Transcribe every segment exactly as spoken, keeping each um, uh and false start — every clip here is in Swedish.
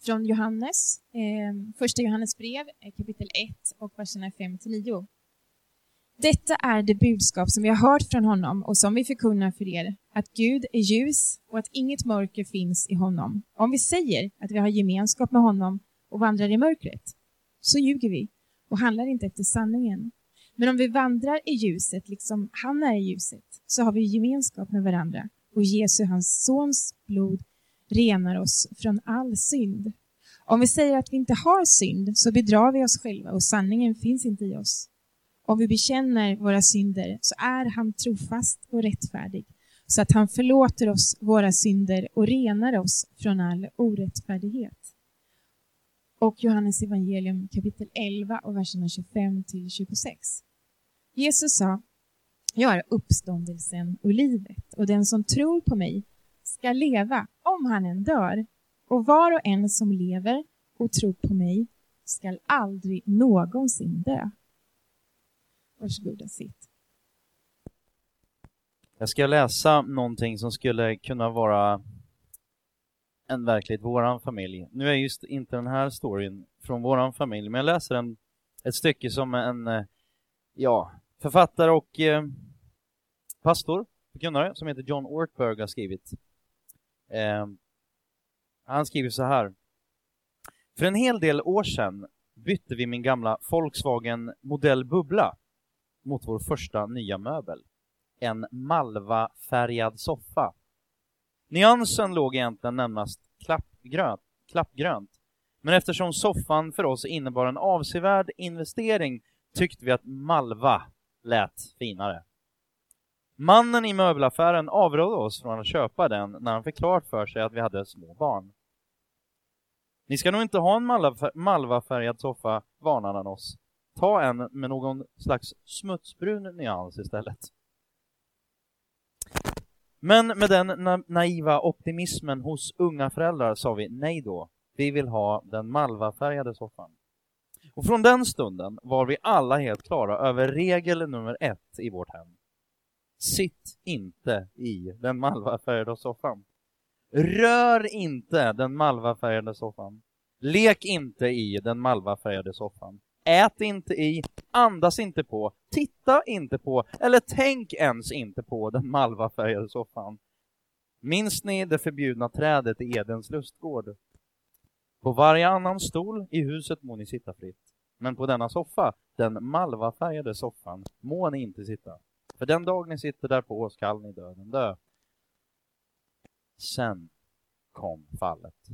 från Johannes, eh, första Johannes brev, kapitel ett och verserna fem till nio. Detta är det budskap som vi har hört från honom och som vi förkunnar för er, att Gud är ljus och att inget mörker finns i honom. Om vi säger att vi har gemenskap med honom och vandrar i mörkret, så ljuger vi och handlar inte efter sanningen. Men om vi vandrar i ljuset, liksom han är i ljuset, så har vi gemenskap med varandra. Och Jesu, hans sons blod, renar oss från all synd. Om vi säger att vi inte har synd, så bedrar vi oss själva och sanningen finns inte i oss. Om vi bekänner våra synder, så är han trofast och rättfärdig, så att han förlåter oss våra synder och renar oss från all orättfärdighet. Och Johannes evangelium kapitel elva och verserna tjugofem till tjugosex. Jesus sa: jag är uppståndelsen och livet, och den som tror på mig ska leva om han än dör. Och var och en som lever och tror på mig ska aldrig någonsin dö. Varsågoda, sitt. Jag ska läsa någonting som skulle kunna vara en verklighet i våran familj. Nu är just inte den här storyn från våran familj, men jag läser en, ett stycke som en ja, författare och eh, pastor, förkunnare, som heter John Ortberg har skrivit. Eh, han skriver så här: för en hel del år sedan bytte vi min gamla Volkswagen modell Bubbla mot vår första nya möbel. En malva-färgad soffa. Nyansen låg egentligen närmast klappgrönt, klappgrönt. Men eftersom soffan för oss innebar en avsevärd investering tyckte vi att malva lät finare. Mannen i möbelaffären avrådde oss från att köpa den när han fick klart för sig att vi hade små barn. Ni ska nog inte ha en malva-färgad soffa, varnade han oss. Ta en med någon slags smutsbrun nyans istället. Men med den na- naiva optimismen hos unga föräldrar sa vi nej då. Vi vill ha den malvafärgade soffan. Och från den stunden var vi alla helt klara över regel nummer ett i vårt hem. Sitt inte i den malvafärgade soffan. Rör inte den malvafärgade soffan. Lek inte i den malvafärgade soffan. Ät inte i, andas inte på, titta inte på eller tänk ens inte på den malvafärgade soffan. Minns ni det förbjudna trädet i Edens lustgård? På varje annan stol i huset må ni sitta fritt. Men på denna soffa, den malvafärgade soffan, må ni inte sitta. För den dag ni sitter där på skall ni döden dö. Sen kom fallet.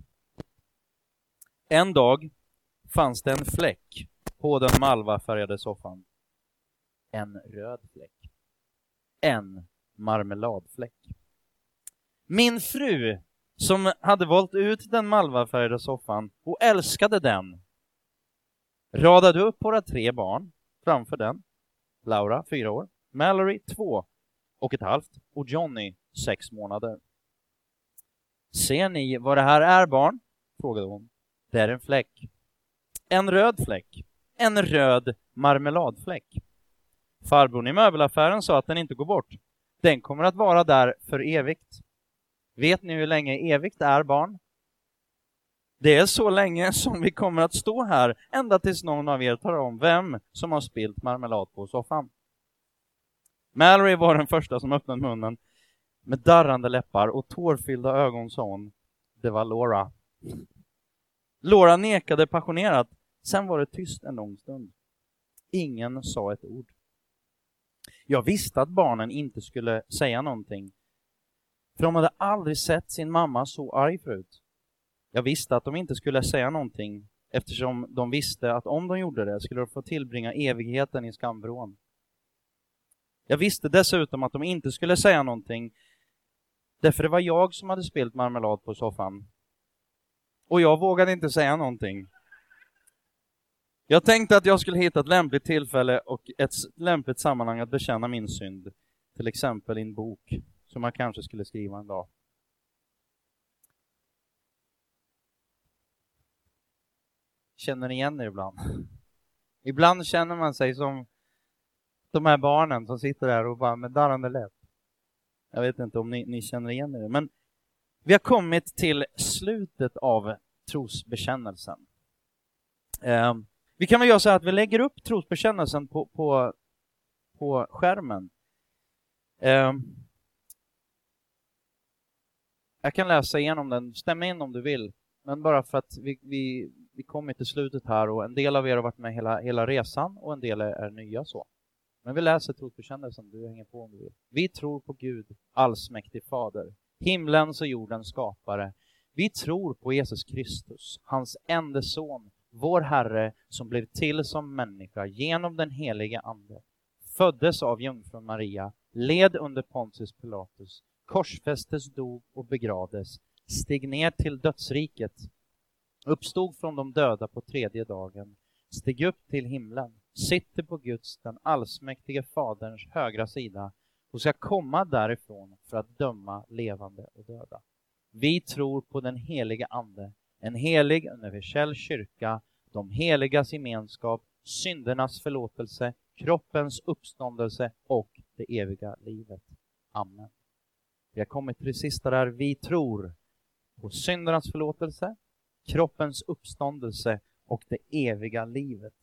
En dag fanns det en fläck på den malvafärgade soffan. En röd fläck. En marmeladfläck. Min fru, som hade valt ut den malvafärgade soffan och älskade den, radade upp våra tre barn framför den. Laura, fyra år. Mallory, två och ett halvt. Och Johnny, sex månader. Ser ni vad det här är, barn? Frågade hon. Det är en fläck. En röd fläck. En röd marmeladfläck. Farbrorn i möbelaffären sa att den inte går bort. Den kommer att vara där för evigt. Vet ni hur länge evigt är, barn? Det är så länge som vi kommer att stå här ända tills någon av er tar om vem som har spilt marmelad på soffan. Mallory var den första som öppnade munnen. Med darrande läppar och tårfyllda ögon sa hon: det var Laura. Laura nekade passionerat. Sen var det tyst en lång stund. Ingen sa ett ord. Jag visste att barnen inte skulle säga någonting. För de hade aldrig sett sin mamma så arg förut. Jag visste att de inte skulle säga någonting, eftersom de visste att om de gjorde det skulle de få tillbringa evigheten i skamvrån. Jag visste dessutom att de inte skulle säga någonting, därför det var jag som hade spilt marmelad på soffan. Och jag vågade inte säga någonting. Jag tänkte att jag skulle hitta ett lämpligt tillfälle och ett lämpligt sammanhang att bekänna min synd. Till exempel i en bok som man kanske skulle skriva en dag. Känner ni igen er ibland? Ibland känner man sig som de här barnen som sitter där och bara med darrande läpp. Jag vet inte om ni, ni känner igen er. Men vi har kommit till slutet av trosbekännelsen. Eh, vi kan väl göra så här att vi lägger upp trosbekännelsen på, på, på skärmen. Eh, jag kan läsa igenom den, stäm in om du vill. Men bara för att vi, vi, vi kommer till slutet här och en del av er har varit med hela, hela resan och en del är, är nya så. Men vi läser trosbekännelsen, du hänger på om du vill. Vi tror på Gud, allsmäktig fader, himlens och jordens skapare. Vi tror på Jesus Kristus, hans enda son, vår Herre, som blev till som människa genom den heliga ande. Föddes av jungfrun Maria, led under Pontius Pilatus, korsfästes, dog och begravdes, steg ner till dödsriket, uppstod från de döda på tredje dagen, steg upp till himlen, sitter på Guds, den allsmäktige faderns högra sida och ska komma därifrån för att döma levande och döda. Vi tror på den heliga ande, en helig universell kyrka, de heligas gemenskap, syndernas förlåtelse, kroppens uppståndelse och det eviga livet. Amen. Vi har kommit till det sista där. Vi tror på syndernas förlåtelse, kroppens uppståndelse och det eviga livet.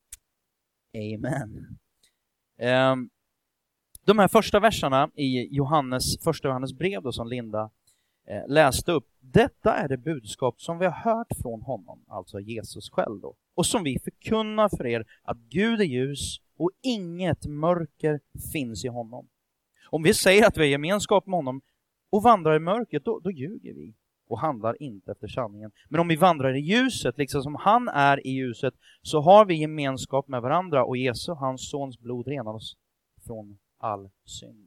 Amen. Um, de här första verserna i Johannes, första Johannes brev då, som Linda eh, läste upp. Detta är det budskap som vi har hört från honom, alltså Jesus själv då. Och som vi förkunnar för er, att Gud är ljus och inget mörker finns i honom. Om vi säger att vi har gemenskap med honom och vandrar i mörkret, då, då ljuger vi och handlar inte efter sanningen. Men om vi vandrar i ljuset, liksom som han är i ljuset, så har vi gemenskap med varandra och Jesus, hans sons blod, renar oss från all synd.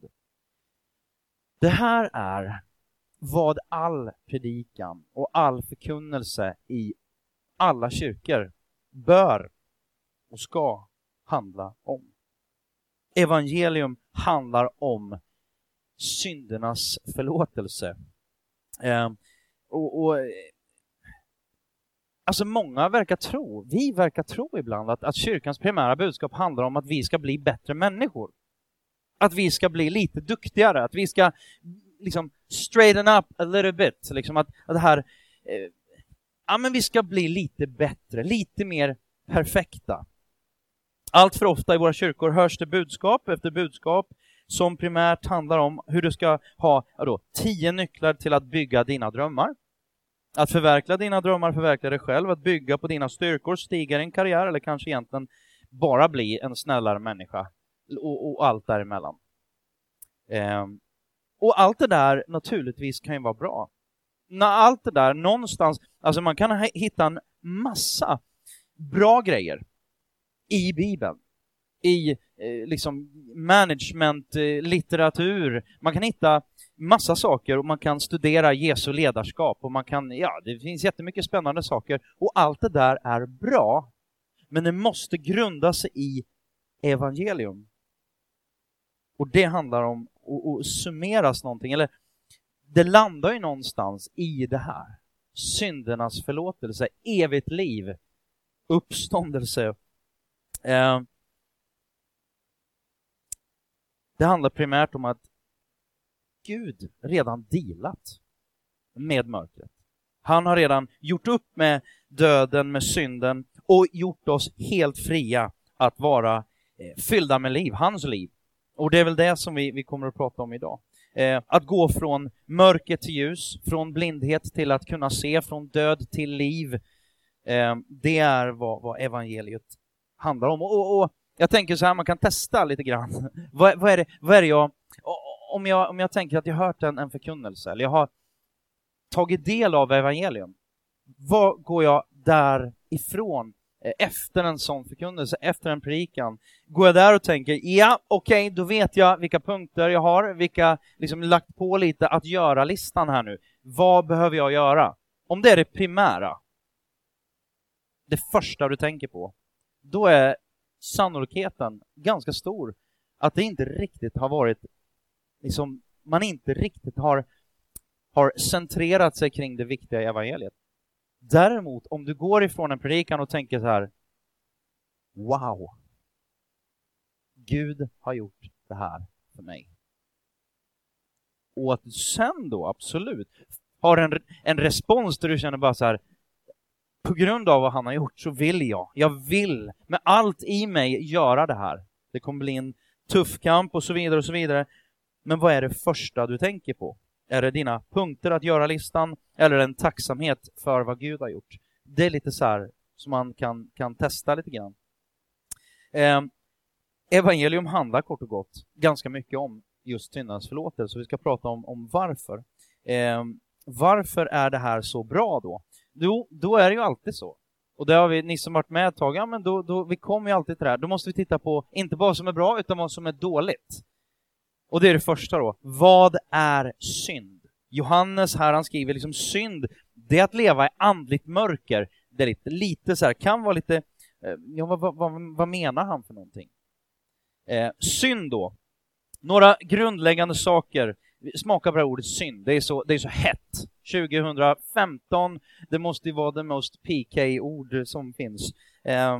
Det här är vad all predikan och all förkunnelse i alla kyrkor bör och ska handla om. Evangelium handlar om syndernas förlåtelse. Eh, och, och alltså många verkar tro, vi verkar tro ibland att, att kyrkans primära budskap handlar om att vi ska bli bättre människor. Att vi ska bli lite duktigare, att vi ska liksom straighten up a little bit, liksom att, att det här eh, ja men vi ska bli lite bättre, lite mer perfekta. Allt för ofta i våra kyrkor hörs det budskap efter budskap som primärt handlar om hur du ska ha ja då, tio nycklar till att bygga dina drömmar. Att förverkliga dina drömmar, förverkliga dig själv, att bygga på dina styrkor, stiga i en karriär eller kanske egentligen bara bli en snällare människa och, och allt däremellan. Ehm, och allt det där naturligtvis kan ju vara bra. När allt det där någonstans, alltså man kan hitta en massa bra grejer i Bibeln, i eh, liksom management, eh, litteratur. Man kan hitta massa saker och man kan studera Jesu ledarskap och man kan, ja, det finns jättemycket spännande saker och allt det där är bra, men det måste grunda sig i evangelium. Och det handlar om att, att summeras någonting, eller det landar ju någonstans i det här. Syndernas förlåtelse, evigt liv, uppståndelse. Eh, det handlar primärt om att Gud redan dealat med mörkret. Han har redan gjort upp med döden, med synden och gjort oss helt fria att vara eh, fyllda med liv, hans liv. Och det är väl det som vi, vi kommer att prata om idag. Eh, att gå från mörker till ljus, från blindhet till att kunna se, från död till liv. Eh, det är vad, vad evangeliet handlar om. Och, och, och jag tänker så här, man kan testa lite grann. vad, vad, är det, vad är det jag... Om jag, om jag tänker att jag har hört en, en förkunnelse, eller jag har tagit del av evangelium, vad går jag därifrån efter en sån förkunnelse, efter en predikan? Går jag där och tänker, ja okej, okay, då vet jag vilka punkter jag har, vilka liksom lagt på lite att göra-listan här nu. Vad behöver jag göra? Om det är det primära, det första du tänker på, då är sannolikheten ganska stor att det inte riktigt har varit liksom, man inte riktigt har, har centrerat sig kring det viktiga i evangeliet. Däremot, om du går ifrån en predikan och tänker så här, wow, Gud har gjort det här för mig. Och att du sen då absolut har en, en respons där du känner bara så här, på grund av vad han har gjort så vill jag, jag vill med allt i mig göra det här. Det kommer bli en tuff kamp och så vidare och så vidare. Men vad är det första du tänker på? Är det dina punkter att göra listan eller en tacksamhet för vad Gud har gjort? Det är lite så här som man kan, kan testa lite grann. Eh, evangelium handlar kort och gott ganska mycket om just syndens förlåtelse. Så vi ska prata om, om varför. Eh, varför är det här så bra då? Då, då är det ju alltid så. Och det har vi, ni som varit med ett tag, ja, men då, då, vi kommer ju alltid till det här. Då måste vi titta på inte bara vad som är bra utan vad som är dåligt. Och det är det första då. Vad är synd? Johannes här, han skriver liksom synd, det är att leva i andligt mörker. Det är lite, lite så här, kan vara lite, ja, vad, vad, vad menar han för någonting? Eh, synd då. Några grundläggande saker. Smaka på det ordet synd. Det är så, det är så hett. tjugo femton, det måste ju vara det most P K-ord som finns. Eh,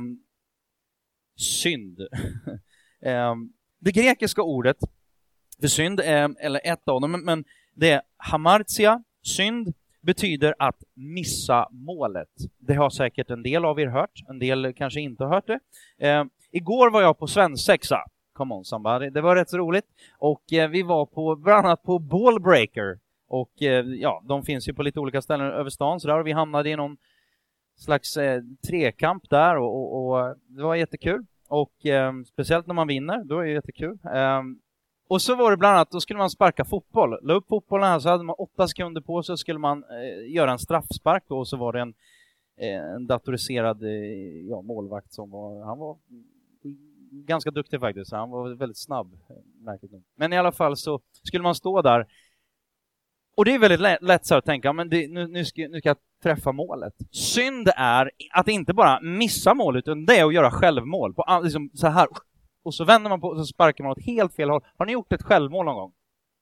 synd. eh, det grekiska ordet för synd är, eller ett av dem, men, men det är hamartia. Synd betyder att missa målet. Det har säkert en del av er hört. En del kanske inte har hört det. Eh, igår var jag på svensexa. Come on somebody. Det var rätt så roligt. Och eh, vi var på, bland annat på Ballbreaker. Och eh, ja, de finns ju på lite olika ställen över stan. Så där vi hamnade i någon slags eh, trekamp där. Och, och, och det var jättekul. Och eh, speciellt när man vinner, då är det jättekul. Eh, och så var det bland annat, då skulle man sparka fotboll. La upp fotbollen här, så hade man åtta sekunder på sig. Så skulle man eh, göra en straffspark då. Och så var det en, eh, en datoriserad eh, ja, målvakt som var, han var ganska duktig faktiskt. Han var väldigt snabb, märkligt nog. Men i alla fall så skulle man stå där. Och det är väldigt lätt, lätt så att tänka, men det, nu, nu, ska, nu ska jag träffa målet. Synd är att inte bara missa målet, utan det är att göra självmål. På, liksom, så här. Och så vänder man på och så sparkar man åt helt fel håll. Har ni gjort ett självmål någon gång?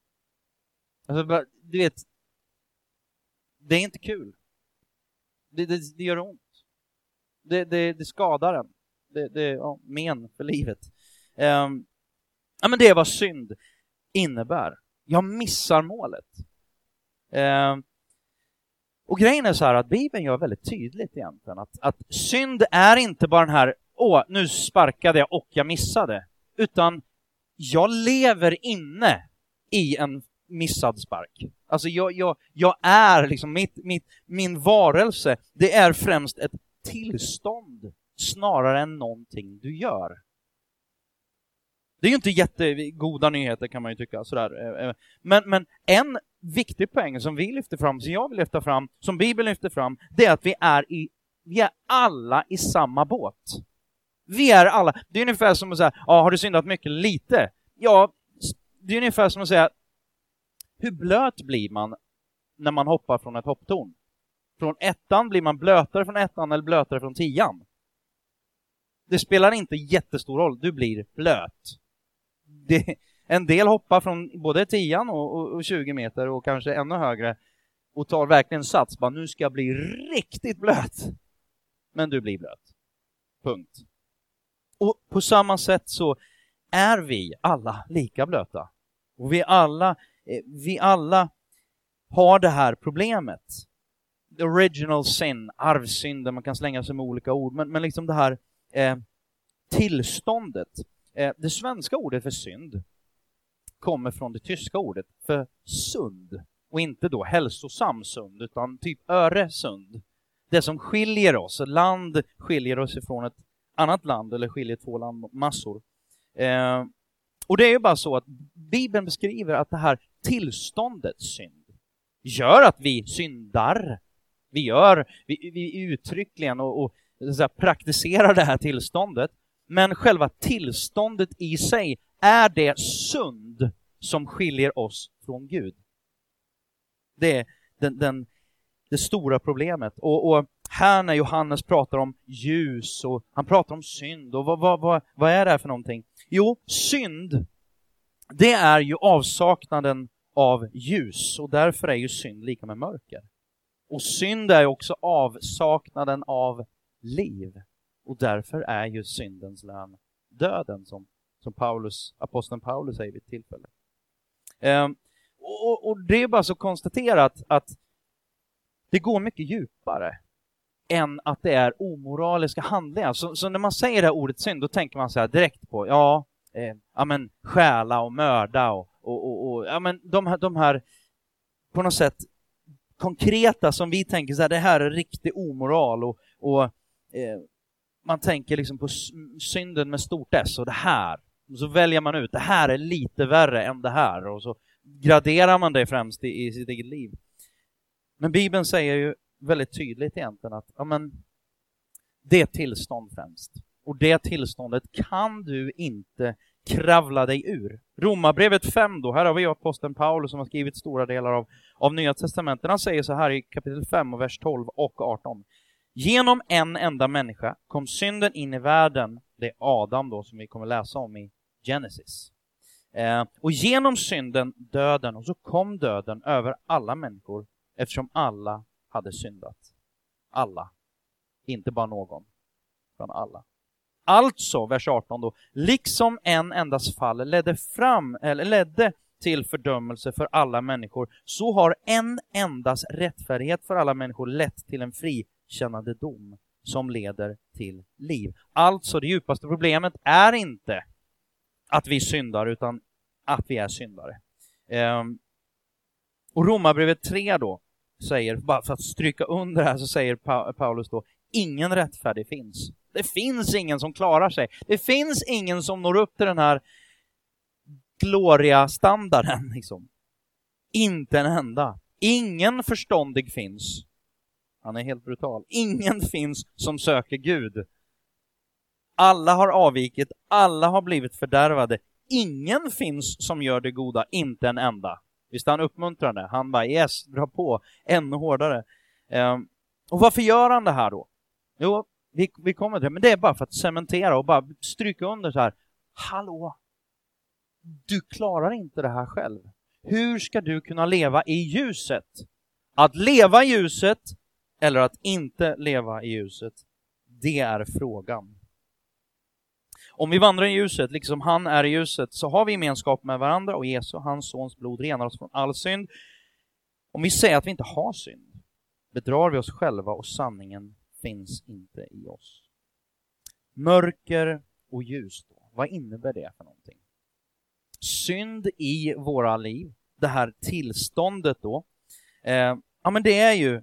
Alltså, du vet, det är inte kul. Det, det, det gör ont. Det, det, det skadar en. Det, det är ja, men för livet. Um, ja, men det är vad synd innebär. Jag missar målet. Um, och grejen är så här att Bibeln gör väldigt tydligt egentligen att, att synd är inte bara den här, åh, nu sparkade jag och jag missade. Utan jag lever inne i en missad spark. Alltså jag, jag, jag är liksom, mitt, mitt, min varelse, det är främst ett tillstånd snarare än någonting du gör. Det är ju inte jättegoda nyheter kan man ju tycka. Sådär. Men, men en viktig poäng som vi lyfter fram, som jag vill lyfta fram, som Bibeln lyfter fram, det är att vi är, i, vi är alla i samma båt. Vi är alla. Det är ungefär som att säga, ja, har du syndat mycket lite? Ja, det är ungefär som att säga, hur blöt blir man när man hoppar från ett hopptorn? Från ettan blir man blötare från ettan eller blötare från tian. Det spelar inte jättestor roll, du blir blöt. Det, en del hoppar från både tian och, och, och tjugo meter och kanske ännu högre och tar verkligen sats, bara nu ska jag bli riktigt blöt. Men du blir blöt. Punkt. Och på samma sätt så är vi alla lika blöta. Och vi alla, vi alla har det här problemet. The original sin, arvsynden, man kan slänga sig med olika ord, men, men liksom det här eh, tillståndet. Eh, det svenska ordet för synd kommer från det tyska ordet för sund. Och inte då hälsosam sund, utan typ öresund. Det som skiljer oss, land skiljer oss ifrån ett annat land eller skiljer två landmassor. Eh, och det är ju bara så att Bibeln beskriver att det här tillståndet synd gör att vi syndar. Vi gör, vi, vi uttryckligen och, och så här, praktiserar det här tillståndet. Men själva tillståndet i sig är det synd som skiljer oss från Gud. Det är den, den, det stora problemet. Och, och här när Johannes pratar om ljus och han pratar om synd. Och vad, vad, vad, vad är det här för någonting? Jo, synd, det är ju avsaknaden av ljus. Och därför är ju synd lika med mörker. Och synd är också avsaknaden av liv. Och därför är ju syndens lön döden, som, som Paulus, aposteln Paulus säger vid ett tillfälle. Um, och, och det är bara så konstaterat att det går mycket djupare. än att det är omoraliska handlingar. Så, så när man säger det här ordet synd, då tänker man så här direkt på, ja, eh, ja men stjäla och mörda och, och, och, och ja men de här, de här på något sätt konkreta som vi tänker så här, det här är riktig omoral och, och eh, man tänker liksom på synden med stort S och det här. Och så väljer man ut, det här är lite värre än det här och så graderar man det främst i, i sitt eget liv. Men Bibeln säger ju väldigt tydligt egentligen att ja, men, det är tillstånd främst. Och det tillståndet kan du inte kravla dig ur. Romarbrevet fem då, här har vi aposteln Paulus som har skrivit stora delar av, av Nya testamentet. Han säger så här i kapitel fem och vers tolv och arton. Genom en enda människa kom synden in i världen, det är Adam då som vi kommer läsa om i Genesis. Eh, och genom synden döden, och så kom döden över alla människor eftersom alla hade syndat. Alla. Inte bara någon. Från alla. Alltså, vers arton då, liksom en endas fall ledde fram eller ledde till fördömelse för alla människor, så har en endas rättfärdighet för alla människor lett till en frikännande dom som leder till liv. Alltså, det djupaste problemet är inte att vi syndar utan att vi är syndare. Ehm, och Romarbrevet tre då säger, bara för att stryka under här så säger pa- Paulus då, ingen rättfärdig finns. Det finns ingen som klarar sig. Det finns ingen som når upp till den här gloria-standarden. Liksom. Inte en enda. Ingen förståndig finns. Han är helt brutal. Ingen finns som söker Gud. Alla har avvikit. Alla har blivit fördärvade. Ingen finns som gör det goda. Inte en enda. Visst är han uppmuntrande? Han bara, yes, dra på ännu hårdare. Um, och varför gör han det här då? Jo, vi, vi kommer till det. Men det är bara för att cementera och bara stryka under så här. Hallå, du klarar inte det här själv. Hur ska du kunna leva i ljuset? Att leva i ljuset eller att inte leva i ljuset, det är frågan. Om vi vandrar i ljuset, liksom han är i ljuset, så har vi gemenskap med varandra och Jesus, hans sons blod, renar oss från all synd. Om vi säger att vi inte har synd, bedrar vi oss själva och sanningen finns inte i oss. Mörker och ljus då, vad innebär det för någonting? Synd i våra liv, det här tillståndet då, eh, ja men det är ju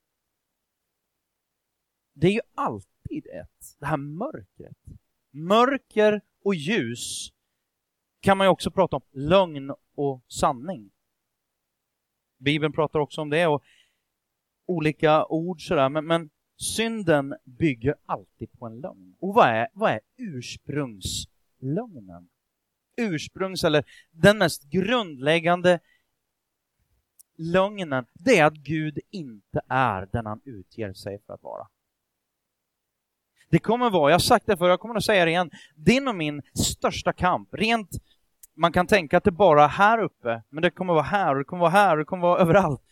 det är ju alltid ett, det här mörkret. Mörker och ljus kan man ju också prata om lögn och sanning. Bibeln pratar också om det och olika ord sådär, men, men synden bygger alltid på en lögn. Och vad är, vad är ursprungslögnen? Ursprungs eller den mest grundläggande lögnen, det är att Gud inte är den han utger sig för att vara. Det kommer vara, jag har sagt det förr, jag kommer att säga det igen, din och min största kamp, rent, man kan tänka att det bara är här uppe, men det kommer vara här och det kommer vara här och det kommer vara överallt.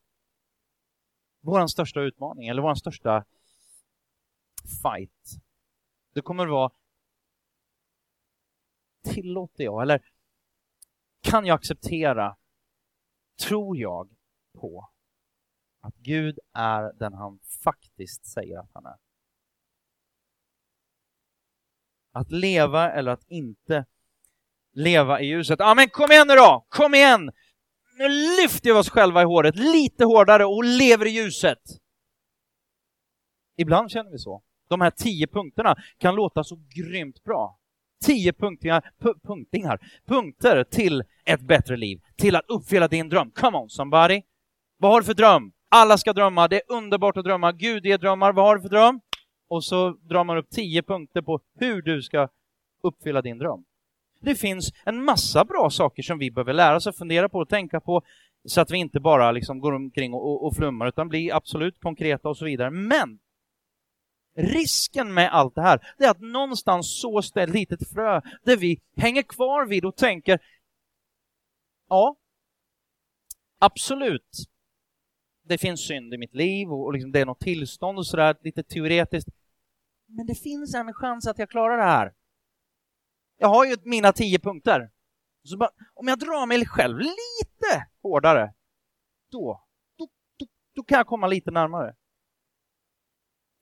Vår största utmaning, eller vår största fight, det kommer vara, tillåter jag, eller kan jag acceptera, tror jag på att Gud är den han faktiskt säger att han är. Att leva eller att inte leva i ljuset. Ja men kom igen nu då, kom igen! Nu lyfter vi oss själva i håret lite hårdare och lever i ljuset. Ibland känner vi så. De här tio punkterna kan låta så grymt bra. Tio punktingar, pu- punktingar, punkter till ett bättre liv. Till att uppfylla din dröm. Come on somebody. Vad har du för dröm? Alla ska drömma, det är underbart att drömma. Gud ger drömmar, vad har du för dröm? Och så drar man upp tio punkter på hur du ska uppfylla din dröm. Det finns en massa bra saker som vi behöver lära oss att fundera på och tänka på. Så att vi inte bara liksom går omkring och, och, och flummar utan blir absolut konkreta och så vidare. Men risken med allt det här, det är att någonstans så ett litet frö där vi hänger kvar vid och tänker, ja, absolut, det finns synd i mitt liv och, och liksom det är något tillstånd och sådär, lite teoretiskt. Men det finns en chans att jag klarar det här. Jag har ju mina tio punkter. Så bara, om jag drar mig själv lite hårdare, då, då, då, då kan jag komma lite närmare.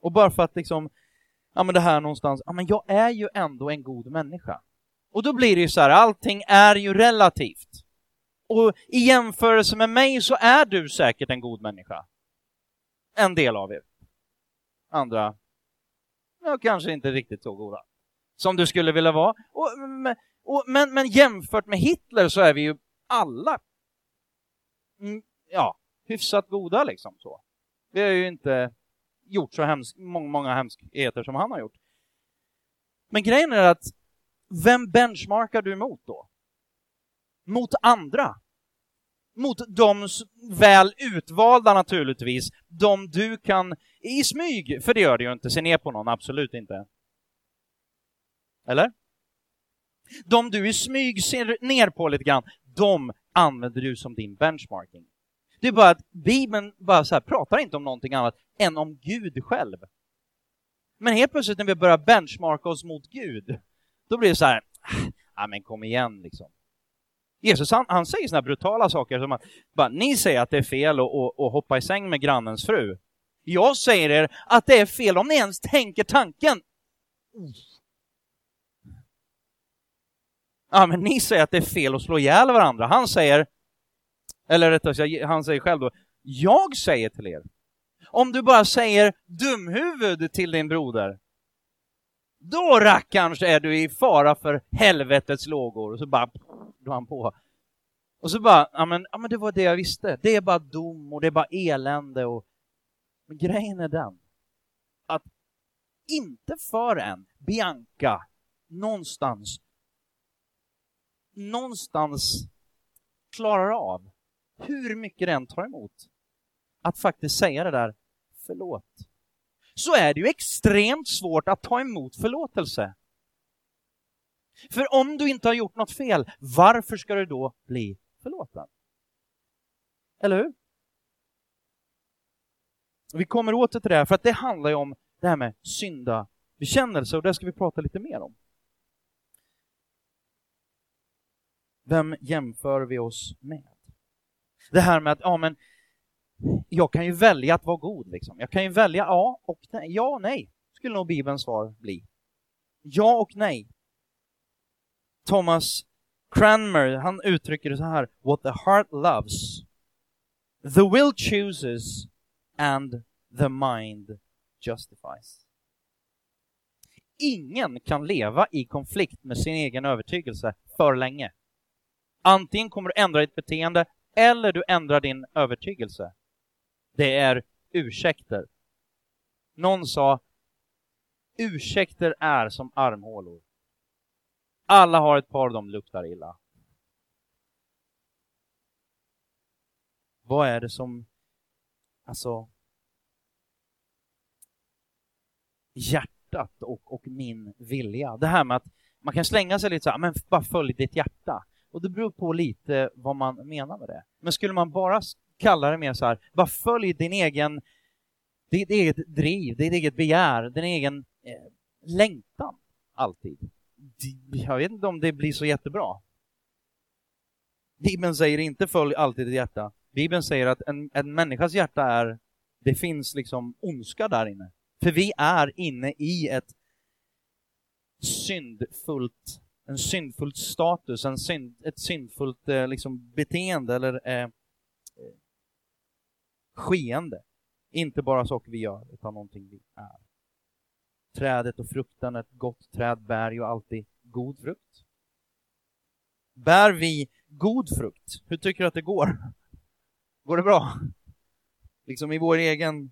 Och bara för att liksom, ja men det här någonstans, ja men jag är ju ändå en god människa. Och då blir det ju så här, allting är ju relativt. Och i jämförelse med mig så är du säkert en god människa. En del av er. Andra, ja, kanske inte riktigt så goda som du skulle vilja vara. Och, och, men, men jämfört med Hitler så är vi ju alla mm, ja, hyfsat goda liksom så. Vi har ju inte gjort så hemsk, många, många hemskheter som han har gjort. Men grejen är att vem benchmarkar du mot då? Mot andra. Mot de väl utvalda naturligtvis. De du kan i smyg, för det gör det ju inte, se ner på någon, absolut inte. Eller? De du i smyg ser ner på lite grann, de använder du som din benchmarking. Det är bara att Bibeln bara så här, pratar inte om någonting annat än om Gud själv. Men helt plötsligt när vi börjar benchmarka oss mot Gud, då blir det så här, ja men kom igen liksom. Jesus han, han säger såna brutala saker som att bara, ni säger att det är fel att, att, att hoppa i säng med grannens fru. Jag säger er att det är fel om ni ens tänker tanken. Ja, men ni säger att det är fel att slå ihjäl varandra. Han säger, eller rättare sagt, han säger själv då, jag säger till er, om du bara säger dumhuvud till din broder, då rackarns är du i fara för helvetets lågor. Och så bara drar han på. Och så bara, ja men, ja men det var det jag visste. Det är bara dom och det är bara elände. Och... Men grejen är den, att inte förrän Bianca någonstans, någonstans klarar av, hur mycket den tar emot, att faktiskt säga det där, förlåt. Så är det ju extremt svårt att ta emot förlåtelse. För om du inte har gjort något fel, varför ska du då bli förlåten? Eller hur? Vi kommer åter till det här, för att det handlar ju om det här med syndabekännelse, och det ska vi prata lite mer om. Vem jämför vi oss med? Det här med att, ja men jag kan ju välja att vara god liksom. Jag kan ju välja ja och nej. Ja och nej, skulle nog Bibelns svar bli. Ja och nej. Thomas Cranmer, han uttrycker det så här: what the heart loves, the will chooses, and the mind justifies. Ingen kan leva i konflikt med sin egen övertygelse för länge. Antingen kommer du ändra ditt beteende eller du ändrar din övertygelse. Det är ursäkter. Någon sa, ursäkter är som armhålor. Alla har ett par, de luktar illa. Vad är det som, alltså, hjärtat och, och min vilja. Det här med att man kan slänga sig lite så här, men bara följ ditt hjärta. Och det beror på lite vad man menar med det. Men skulle man bara kalla det mer så här, bara följ din egen, ditt eget driv, ditt eget begär, din egen eh, längtan alltid. Jag vet inte om det blir så jättebra. Bibeln säger inte följ alltid ditt hjärta. Bibeln säger att en, en människas hjärta är, det finns liksom ondska där inne. För vi är inne i ett syndfullt, en syndfullt status, en synd, ett syndfullt eh, liksom beteende eller eh, skeende. Inte bara saker vi gör, utan någonting vi är. Trädet och frukten, ett gott träd bär ju alltid god frukt. Bär vi god frukt? Hur tycker du att det går? Går det bra? Liksom i vår egen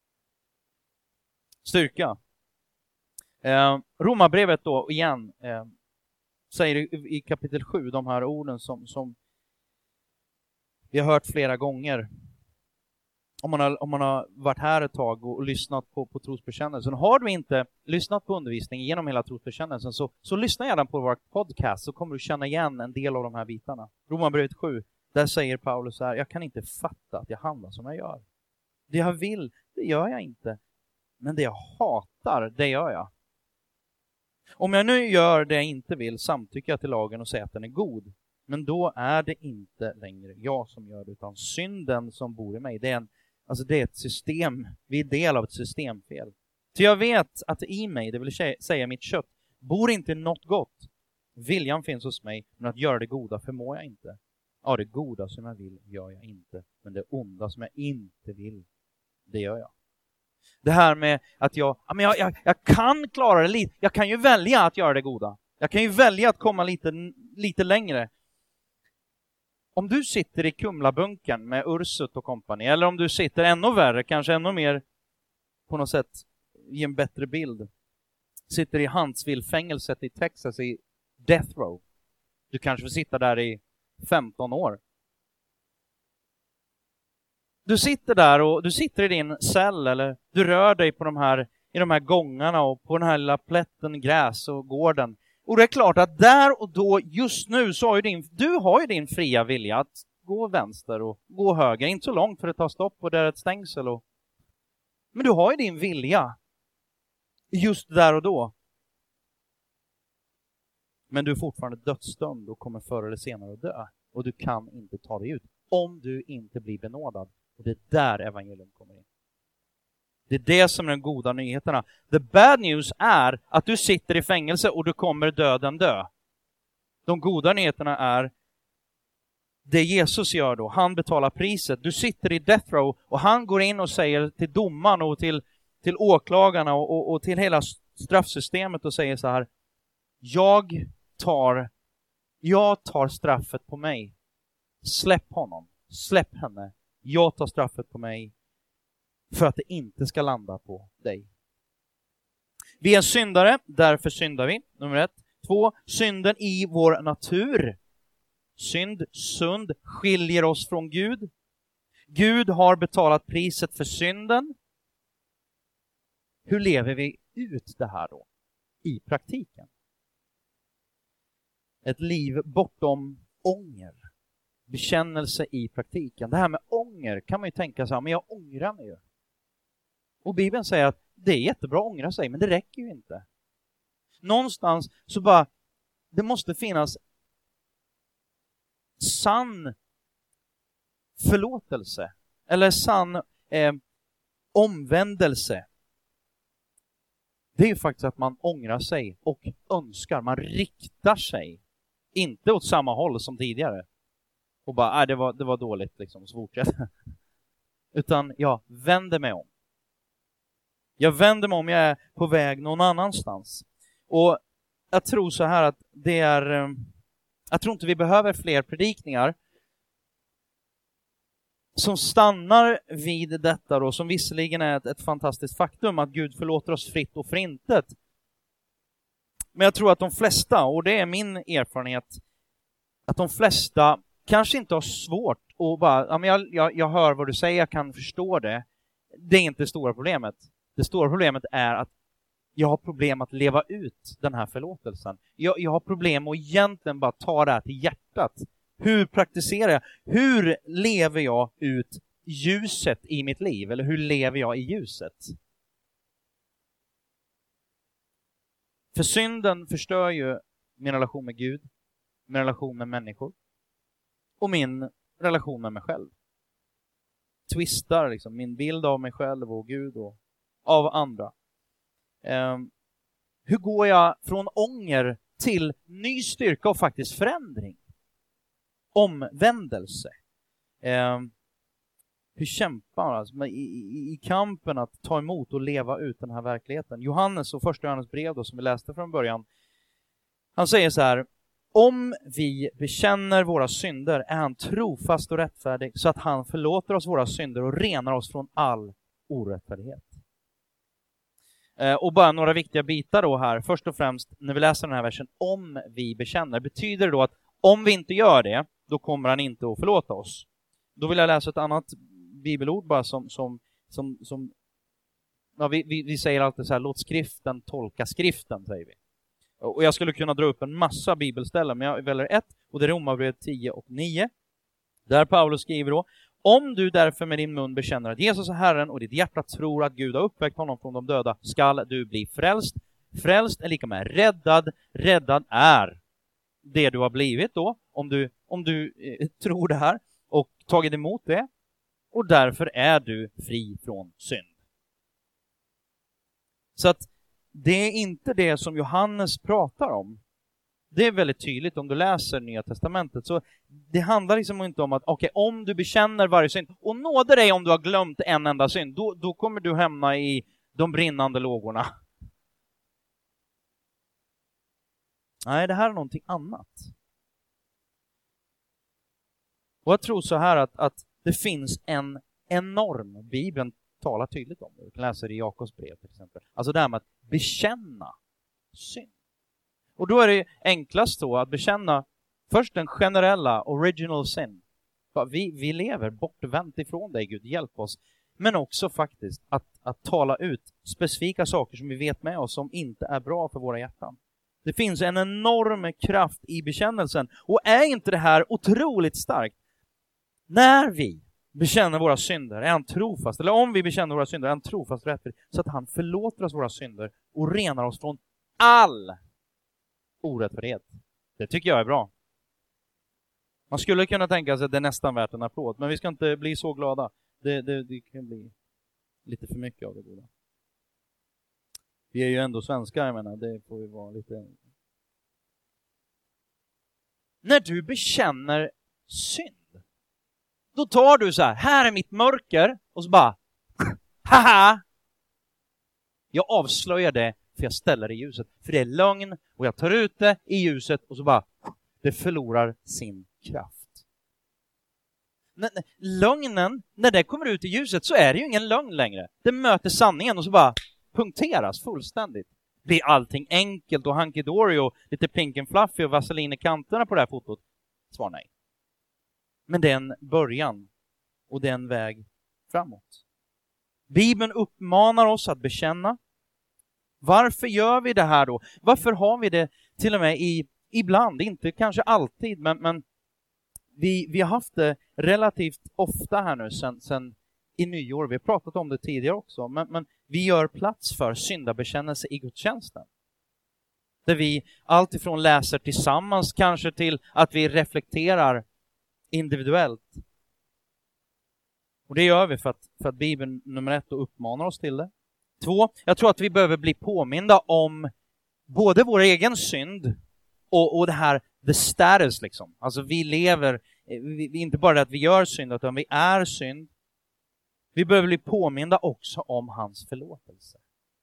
styrka. Eh, Romarbrevet då igen eh, säger i, i kapitel sju de här orden som, som vi har hört flera gånger. Om man har, om man har varit här ett tag och, och lyssnat på, på trosbekännelsen. Har du inte lyssnat på undervisningen genom hela trosbekännelsen, så, så lyssna gärna på vår podcast, så kommer du känna igen en del av de här bitarna. Romarbrevet sju, där säger Paulus så här: jag kan inte fatta att jag handlar som jag gör. Det jag vill, det gör jag inte. Men det jag hatar, det gör jag. Om jag nu gör det jag inte vill, samtycker jag till lagen och säger att den är god. Men då är det inte längre jag som gör det, utan synden som bor i mig. Det är, en, alltså det är ett system, vi är del av ett systemfel. Så jag vet att i mig, det vill säga mitt kött, bor inte något gott. Viljan finns hos mig, men att göra det goda förmår jag inte. Ja, det goda som jag vill gör jag inte. Men det onda som jag inte vill, det gör jag. Det här med att jag, ja, men jag, jag, jag kan klara det lite. Jag kan ju välja att göra det goda. Jag kan ju välja att komma lite, lite längre. Om du sitter i Kumlabunkern med Ursut och kompani, eller om du sitter ännu värre, kanske ännu mer på något sätt i en bättre bild, sitter i Huntsville-fängelset i Texas i Death Row. Du kanske får sitta där i femton år. Du sitter där och du sitter i din cell, eller du rör dig på de här, i de här gångarna och på den här lilla plätten gräs och gården. Och det är klart att där och då, just nu, så har ju din, du har ju din fria vilja att gå vänster och gå höger. Inte så långt för att ta stopp och där är ett stängsel. Och... Men du har ju din vilja just där och då. Men du är fortfarande dödsdömd och kommer förr eller senare att dö. Och du kan inte ta dig ut om du inte blir benådad. Och det är där evangelium kommer in. Det är det som är de goda nyheterna. The bad news är att du sitter i fängelse och du kommer döden dö. De goda nyheterna är det Jesus gör då. Han betalar priset. Du sitter i death row och han går in och säger till domaren och till, till åklagarna och, och, och till hela straffsystemet och säger så här: Jag tar, jag tar straffet på mig. Släpp honom. Släpp henne. Jag tar straffet på mig. För att det inte ska landa på dig. Vi är syndare, därför syndar vi. Nummer ett. Två, synden i vår natur. Synd, sund, skiljer oss från Gud. Gud har betalat priset för synden. Hur lever vi ut det här då? I praktiken. Ett liv bortom ånger. Bekännelse i praktiken. Det här med ånger kan man ju tänka sig, men jag ångrar mig ju. Och Bibeln säger att det är jättebra att ångra sig, men det räcker ju inte. Någonstans så bara, det måste finnas sann förlåtelse. Eller sann eh, omvändelse. Det är ju faktiskt att man ångrar sig och önskar, man riktar sig. Inte åt samma håll som tidigare. Och bara, nej det var, det var dåligt liksom, så fortsätter. Utan jag vänder mig om. Jag vänder mig om jag är på väg någon annanstans. Och jag tror så här att det är... Jag tror inte vi behöver fler predikningar som stannar vid detta då, som visserligen är ett, ett fantastiskt faktum att Gud förlåter oss fritt och förintet. Men jag tror att de flesta, och det är min erfarenhet, att de flesta kanske inte har svårt och bara, ja, men jag, jag, jag hör vad du säger, jag kan förstå det. Det är inte det stora problemet. Det stora problemet är att jag har problem att leva ut den här förlåtelsen. Jag, jag har problem att egentligen bara ta det här till hjärtat. Hur praktiserar jag? Hur lever jag ut ljuset i mitt liv? Eller hur lever jag i ljuset? För synden förstör ju min relation med Gud, min relation med människor och min relation med mig själv. Twistar liksom min bild av mig själv och Gud och av andra. Um, hur går jag från ånger till ny styrka och faktiskt förändring? Omvändelse. Um, hur kämpar man alltså, i, i, i kampen att ta emot och leva ut den här verkligheten? Johannes och första Johannes brev då, som vi läste från början. Han säger så här: om vi bekänner våra synder är han trofast och rättfärdig så att han förlåter oss våra synder och renar oss från all orättfärdighet. Eh, och bara några viktiga bitar då här. Först och främst, när vi läser den här versen, om vi bekänner, betyder det då att om vi inte gör det, då kommer han inte att förlåta oss. Då vill jag läsa ett annat bibelord bara som, som, som, som ja, vi, vi, vi säger alltid så här: låt skriften tolka skriften, säger vi. Och jag skulle kunna dra upp en massa bibelställen, men jag väljer ett, och det är Romarbrevet tio och nio. Där Paulus skriver då: om du därför med din mun bekänner att Jesus är Herren och ditt hjärta tror att Gud har uppväckt honom från de döda, skall du bli frälst. Frälst är lika med räddad. Räddad är det du har blivit då, om du, om du eh, tror det här och tagit emot det. Och därför är du fri från synd. Så att det är inte det som Johannes pratar om. Det är väldigt tydligt om du läser Nya testamentet. Så det handlar liksom inte om att okej, okay, om du bekänner varje synd och nåder dig om du har glömt en enda synd, då, då kommer du hamna i de brinnande lågorna. Nej, det här är någonting annat. Och jag tror så här att, att det finns en enorm, Bibeln talar tydligt om det. Du kan läsa det i Jakobs brev till exempel. Alltså det här med att bekänna synd. Och då är det enklast då att bekänna först den generella original sin. Vi, vi lever bortvänt ifrån dig, Gud, hjälp oss. Men också faktiskt att, att tala ut specifika saker som vi vet med oss som inte är bra för våra hjärtan. Det finns en enorm kraft i bekännelsen. Och är inte det här otroligt starkt? När vi bekänner våra synder är han trofast. Eller om vi bekänner våra synder är han trofast rätt. Så att han förlåter oss våra synder och renar oss från all orättfärdighet. Det tycker jag är bra. Man skulle kunna tänka sig att det är nästan värt en applåd. Men vi ska inte bli så glada. Det, det, det kan bli lite för mycket av det goda. Vi är ju ändå svenskar, jag menar. Det får ju vara lite... När du bekänner synd, då tar du så här, här är mitt mörker. Och så bara, haha! Jag avslöjar det, för jag ställer det i ljuset. För det är lögn, och jag tar ut det i ljuset. Och så bara, det förlorar sin kraft. N- n- lögnen, när det kommer ut i ljuset så är det ju ingen lögn längre. Det möter sanningen och så bara punkteras fullständigt. Blir allting enkelt och hunky-dory och lite pink and fluffy och vaselin i kanterna på det här fotot? Svar nej. Men det är en början och det är en väg framåt. Bibeln uppmanar oss att bekänna. Varför gör vi det här då? Varför har vi det till och med i, ibland, inte kanske alltid, men, men vi, vi har haft det relativt ofta här nu sen, sen i nyår. Vi har pratat om det tidigare också, men, men vi gör plats för syndabekännelse i gudstjänsten. Där vi alltifrån läser tillsammans kanske till att vi reflekterar individuellt. Och det gör vi för att, för att Bibeln nummer ett då uppmanar oss till det. Två, jag tror att vi behöver bli påminda om både vår egen synd och, och det här the status liksom. Alltså vi lever, vi, inte bara att vi gör synd, utan vi är synd. Vi behöver bli påminda också om hans förlåtelse.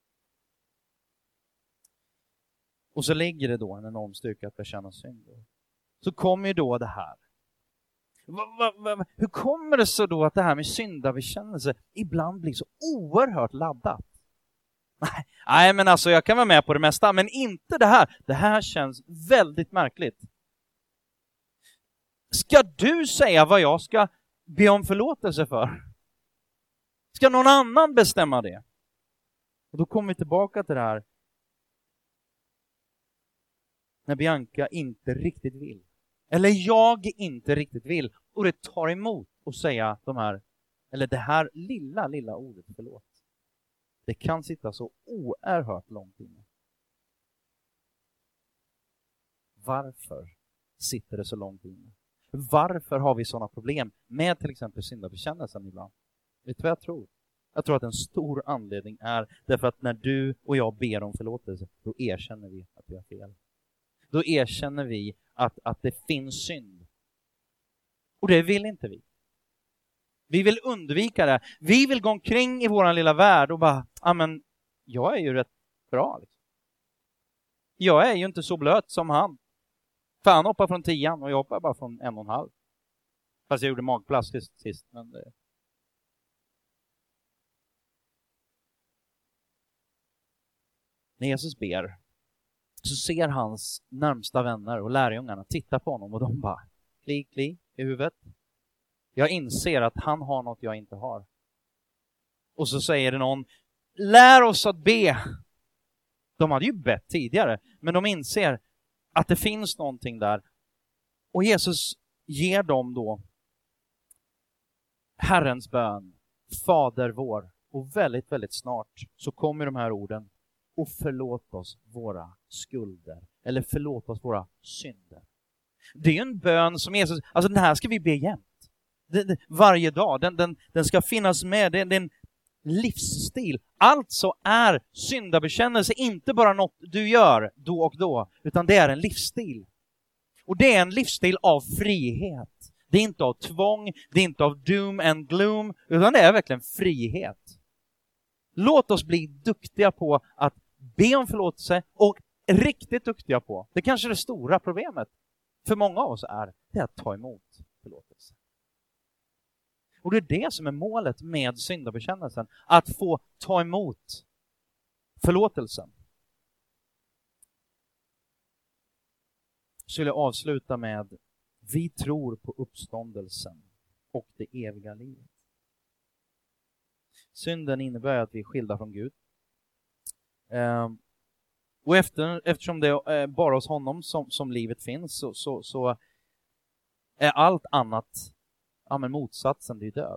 Och så ligger det då en enorm styrka att bekänna synd. Så kommer ju då det här. Va, va, va, hur kommer det så då att det här med syndabekännelse ibland blir så oerhört laddat? Nej, nej, men alltså jag kan vara med på det mesta, men inte det här. Det här känns väldigt märkligt. Ska du säga vad jag ska be om förlåtelse för? Ska någon annan bestämma det? Och då kommer vi tillbaka till det här. När Bianca inte riktigt vill. Eller jag inte riktigt vill. Och det tar emot att säga de här, eller det här lilla, lilla ordet förlåt. Det kan sitta så oerhört långt inne. Varför sitter det så långt inne? Varför har vi sådana problem med till exempel syndabekännelsen ibland? Vet du vad jag tror? Jag tror att en stor anledning är därför att när du och jag ber om förlåtelse, då erkänner vi att vi har fel. Då erkänner vi att, att det finns synd. Och det vill inte vi. Vi vill undvika det. Vi vill gå omkring i våran lilla värld och bara, ja men jag är ju rätt bra. Liksom. Jag är ju inte så blöt som han. För han hoppar från tian och jag hoppar bara från en och en halv. Fast jag gjorde magplastiskt sist. Men det... När Jesus ber så ser hans närmsta vänner och lärjungarna titta på honom och de bara kli, kli i huvudet. Jag inser att han har något jag inte har. Och så säger det någon, lär oss att be. De hade ju bett tidigare, men de inser att det finns någonting där. Och Jesus ger dem då Herrens bön, Fader vår. Och väldigt, väldigt snart så kommer de här orden. Och förlåt oss våra skulder. Eller förlåt oss våra synder. Det är ju en bön som Jesus, alltså den här ska vi be jämt. Den, den, varje dag. Den, den, den ska finnas med. Det, det är en livsstil. Alltså är syndabekännelse inte bara något du gör då och då, utan det är en livsstil. Och det är en livsstil av frihet. Det är inte av tvång, det är inte av doom and gloom, utan det är verkligen frihet. Låt oss bli duktiga på att be om förlåtelse, och riktigt duktiga på, det kanske är det stora problemet för många av oss är, det är att ta emot förlåtelse. Och det är det som är målet med syndabekännelsen, att få ta emot förlåtelsen. Så vill jag avsluta med: vi tror på uppståndelsen och det eviga livet. Synden innebär att vi är skilda från Gud. Um, och efter, eftersom det är bara hos honom som, som livet finns, så, så, så är allt annat, ja, men motsatsen, det är död.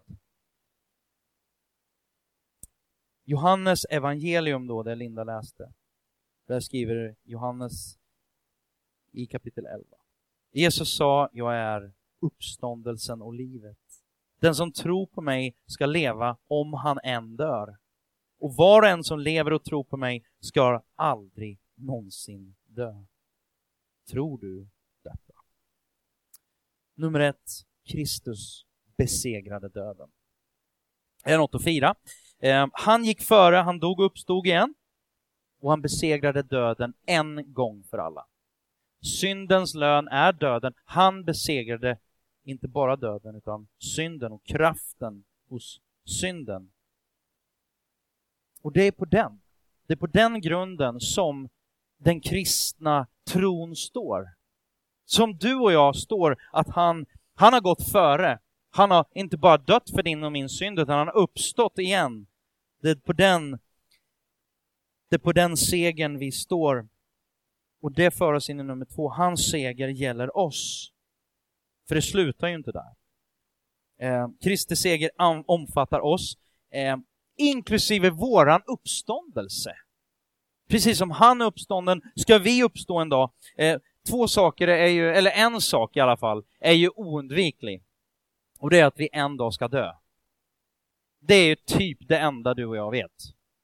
Johannes evangelium då, det Linda läste, där skriver Johannes i kapitel elva. Jesus sa: jag är uppståndelsen och livet. Den som tror på mig ska leva om han än dör. Och var och en som lever och tror på mig ska aldrig någonsin dö. Tror du detta? Nummer ett. Kristus besegrade döden. Det är något att fira. Eh, han gick före, han dog och uppstod igen. Och han besegrade döden en gång för alla. Syndens lön är döden. Han besegrade inte bara döden, utan synden och kraften hos synden. Och det är på den. Det är på den grunden som den kristna tron står. Som du och jag står, att han, han har gått före. Han har inte bara dött för din och min synd, utan han har uppstått igen. Det är på den, det är på den segern vi står. Och det för oss in i nummer två. Hans seger gäller oss. För det slutar ju inte där. Eh, Kristi seger omfattar oss. Eh, inklusive våran uppståndelse. Precis som han är uppstånden ska vi uppstå en dag. Eh, två saker är ju, eller en sak i alla fall, är ju oundviklig. Och det är att vi en dag ska dö. Det är ju typ det enda du och jag vet.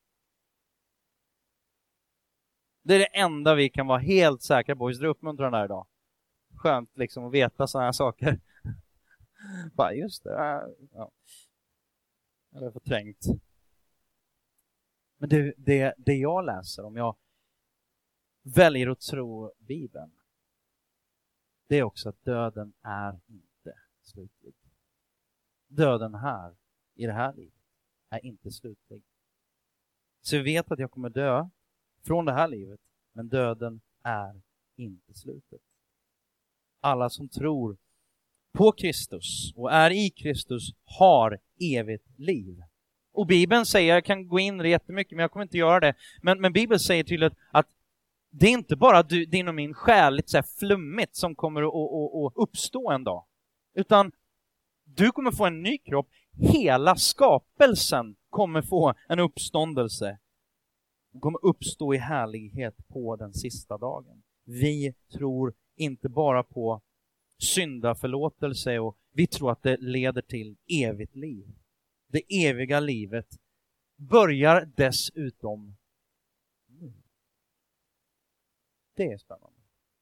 Det är det enda vi kan vara helt säkra på. Vi ska uppmuntra den där idag. Skönt liksom att veta sådana här saker. Bara just det. Ja. Jag har förträngt. Men det, det, det jag läser, om jag väljer att tro Bibeln, det är också att döden är inte slutlig. Döden här, i det här livet, är inte slutlig. Så jag vet att jag kommer dö från det här livet, men döden är inte slutet. Alla som tror på Kristus och är i Kristus har evigt liv. Och Bibeln säger, jag kan gå in i det jättemycket, men jag kommer inte göra det. Men, men Bibeln säger tydligt att det är inte bara du, din och min själ, lite så här flummigt, som kommer att, att, att uppstå en dag. Utan du kommer få en ny kropp. Hela skapelsen kommer få en uppståndelse. Du kommer uppstå i härlighet på den sista dagen. Vi tror inte bara på syndaförlåtelse, och vi tror att det leder till evigt liv. Det eviga livet börjar dessutom nu. Det är spännande.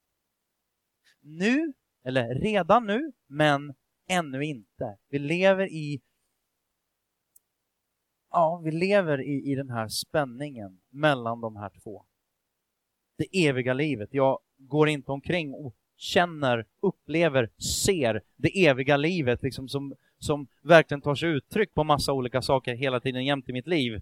Nu, eller redan nu, men ännu inte. Vi lever i Ja, vi lever i, i den här spänningen mellan de här två. Det eviga livet. Jag går inte omkring och känner, upplever, ser det eviga livet liksom som, som verkligen tar sig uttryck på massa olika saker hela tiden jämt i mitt liv.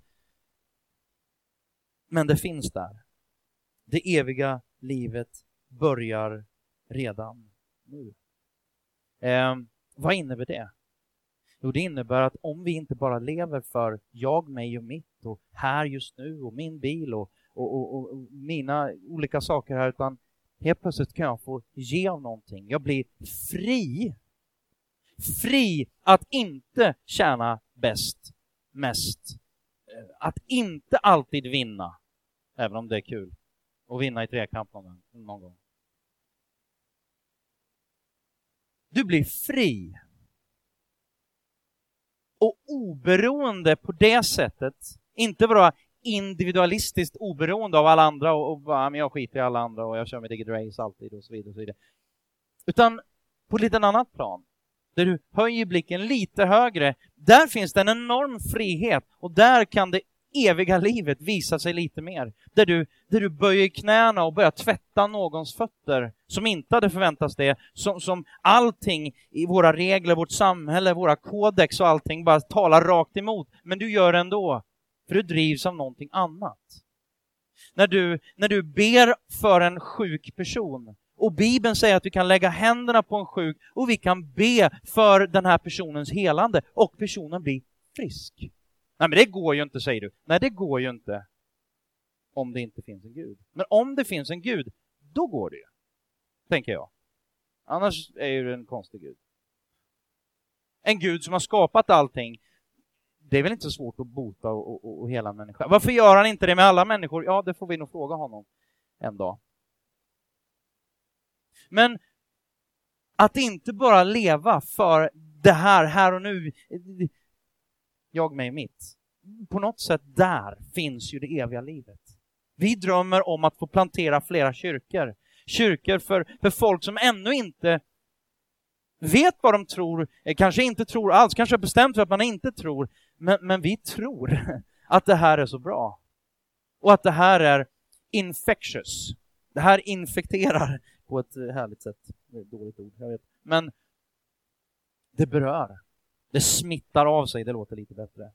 Men det finns där. Det eviga livet börjar redan nu. Eh, vad innebär det? Jo, det innebär att om vi inte bara lever för jag, mig och mitt och här just nu och min bil och, och, och, och mina olika saker här, utan helt plötsligt kan jag få ge av någonting. Jag blir fri. Fri att inte tjäna bäst, mest. Att inte alltid vinna. Även om det är kul att vinna i trekamp någon, någon gång. Du blir fri. Och oberoende på det sättet, inte bara individualistiskt oberoende av alla andra och, och bara, men jag skiter i alla andra och jag kör mitt eget race alltid och så vidare och så vidare. Utan på ett lite annat plan, där du höjer blicken lite högre, där finns det en enorm frihet och där kan det eviga livet visa sig lite mer. Där du, där du böjer knäna och börjar tvätta någons fötter som inte hade förväntats det. Som, som allting i våra regler, vårt samhälle, våra kodex och allting bara talar rakt emot. Men du gör det ändå. För du drivs av någonting annat. När du, när du ber för en sjuk person och Bibeln säger att vi kan lägga händerna på en sjuk och vi kan be för den här personens helande och personen blir frisk. Nej, men det går ju inte, säger du. Nej, det går ju inte om det inte finns en Gud. Men om det finns en Gud, då går det ju, tänker jag. Annars är ju det en konstig Gud. En Gud som har skapat allting. Det är väl inte så svårt att bota och, och, och hela människan. Varför gör han inte det med alla människor? Ja, det får vi nog fråga honom en dag. Men att inte bara leva för det här, här och nu. Jag mig mitt. På något sätt där finns ju det eviga livet. Vi drömmer om att få plantera flera kyrkor. Kyrkor för, för folk som ännu inte vet vad de tror. Kanske inte tror alls. Kanske har bestämt för att man inte tror. Men, men vi tror att det här är så bra. Och att det här är infectious. Det här infekterar på ett härligt sätt. Det är ett dåligt ord, jag vet. Men det berör. Det smittar av sig, det låter lite bättre.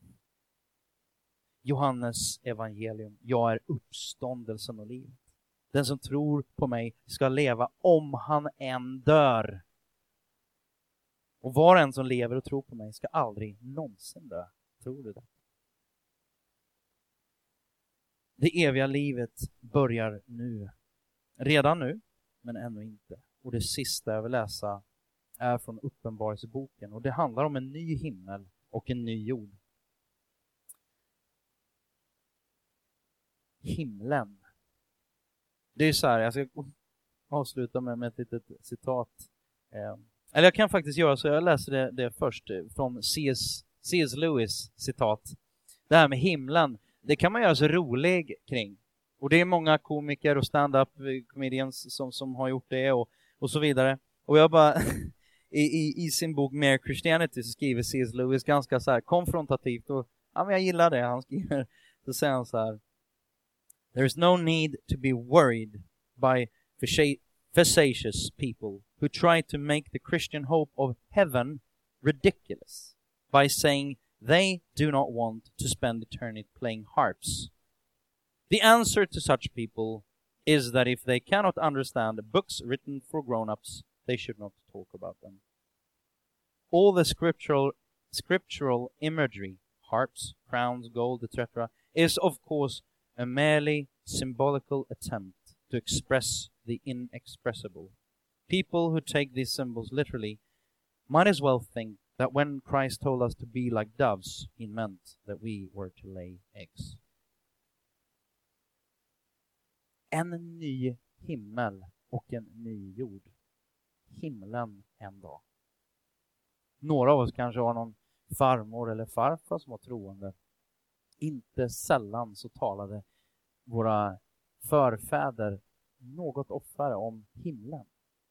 Johannes evangelium. Jag är uppståndelsen och livet. Den som tror på mig ska leva om han än dör. Och var en som lever och tror på mig ska aldrig någonsin dö. Tror du det? Det eviga livet börjar nu. Redan nu, men ännu inte. Och det sista jag vill läsa är från Uppenbarelseboken. Och det handlar om en ny himmel och en ny jord. Himlen. Det är så här, jag ska avsluta med, med ett litet citat. Eh, eller jag kan faktiskt göra så, jag läser det, det först från C S, C S Lewis citat. Det här med himlen, det kan man göra så rolig kring. Och det är många komiker och stand-up comedians som, som har gjort det och, och så vidare. Och jag bara, i, i, i sin bok Mere Christianity så skriver C S Lewis ganska så här konfrontativt. Och ja, men jag gillar det, han skriver, så säger han så här: There is no need to be worried by facetious people who try to make the Christian hope of heaven ridiculous by saying they do not want to spend eternity playing harps. The answer to such people is that if they cannot understand books written for grown-ups, they should not talk about them. All the scriptural scriptural imagery, harps, crowns, gold, et cetera, is of course a merely symbolical attempt to express the inexpressible. People who take these symbols literally might as well think that when Christ told us to be like doves, he meant that we were to lay eggs. En ny himmel och en ny jord. Himlen en dag. Några av oss kanske har någon farmor eller farfar som var troende. Inte sällan så talade våra förfäder något oftare om himlen.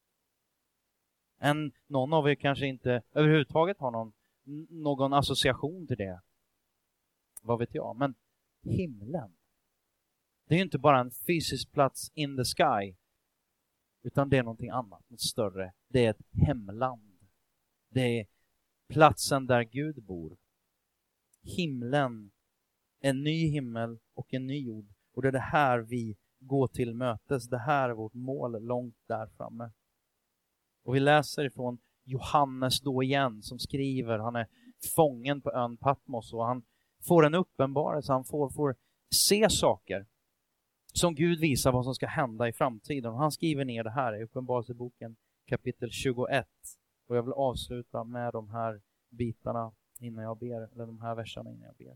En, någon av er kanske inte överhuvudtaget har någon, någon association till det. Vad vet jag. Men himlen. Det är ju inte bara en fysisk plats in the sky. Utan det är någonting annat, något större. Det är ett hemland. Det är platsen där Gud bor. Himlen. En ny himmel och en ny jord. Och det är det här vi går till mötes. Det här är vårt mål långt där framme. Och vi läser ifrån Johannes då igen som skriver. Han är fången på ön Patmos och han får en uppenbarelse. Han får, får se saker som Gud visar vad som ska hända i framtiden. Och han skriver ner det här i Uppenbarelseboken kapitel tjugoett. Och jag vill avsluta med de här bitarna innan jag ber. Eller de här verserna innan jag ber.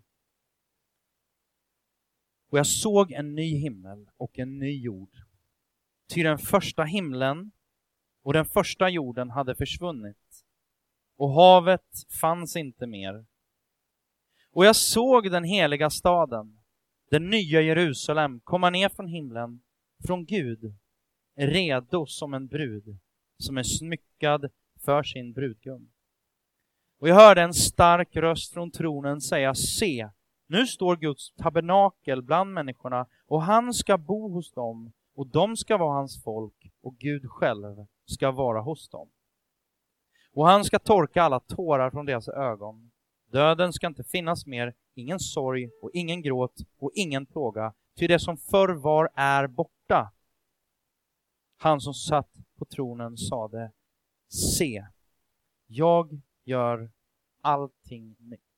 Och jag såg en ny himmel och en ny jord. Ty den första himlen och den första jorden hade försvunnit. och havet fanns inte mer. Och jag såg den heliga staden, den nya Jerusalem, komma ner från himlen, från Gud, redo som en brud som är smyckad för sin brudgum. Och jag hörde en stark röst från tronen säga: se, nu står Guds tabernakel bland människorna, och han ska bo hos dem, och de ska vara hans folk, och Gud själv ska vara hos dem. Och han ska torka alla tårar från deras ögon. Döden ska inte finnas mer, ingen sorg och ingen gråt och ingen plåga, ty det som förr var är borta. Han som satt på tronen sade: se, jag gör allting nytt.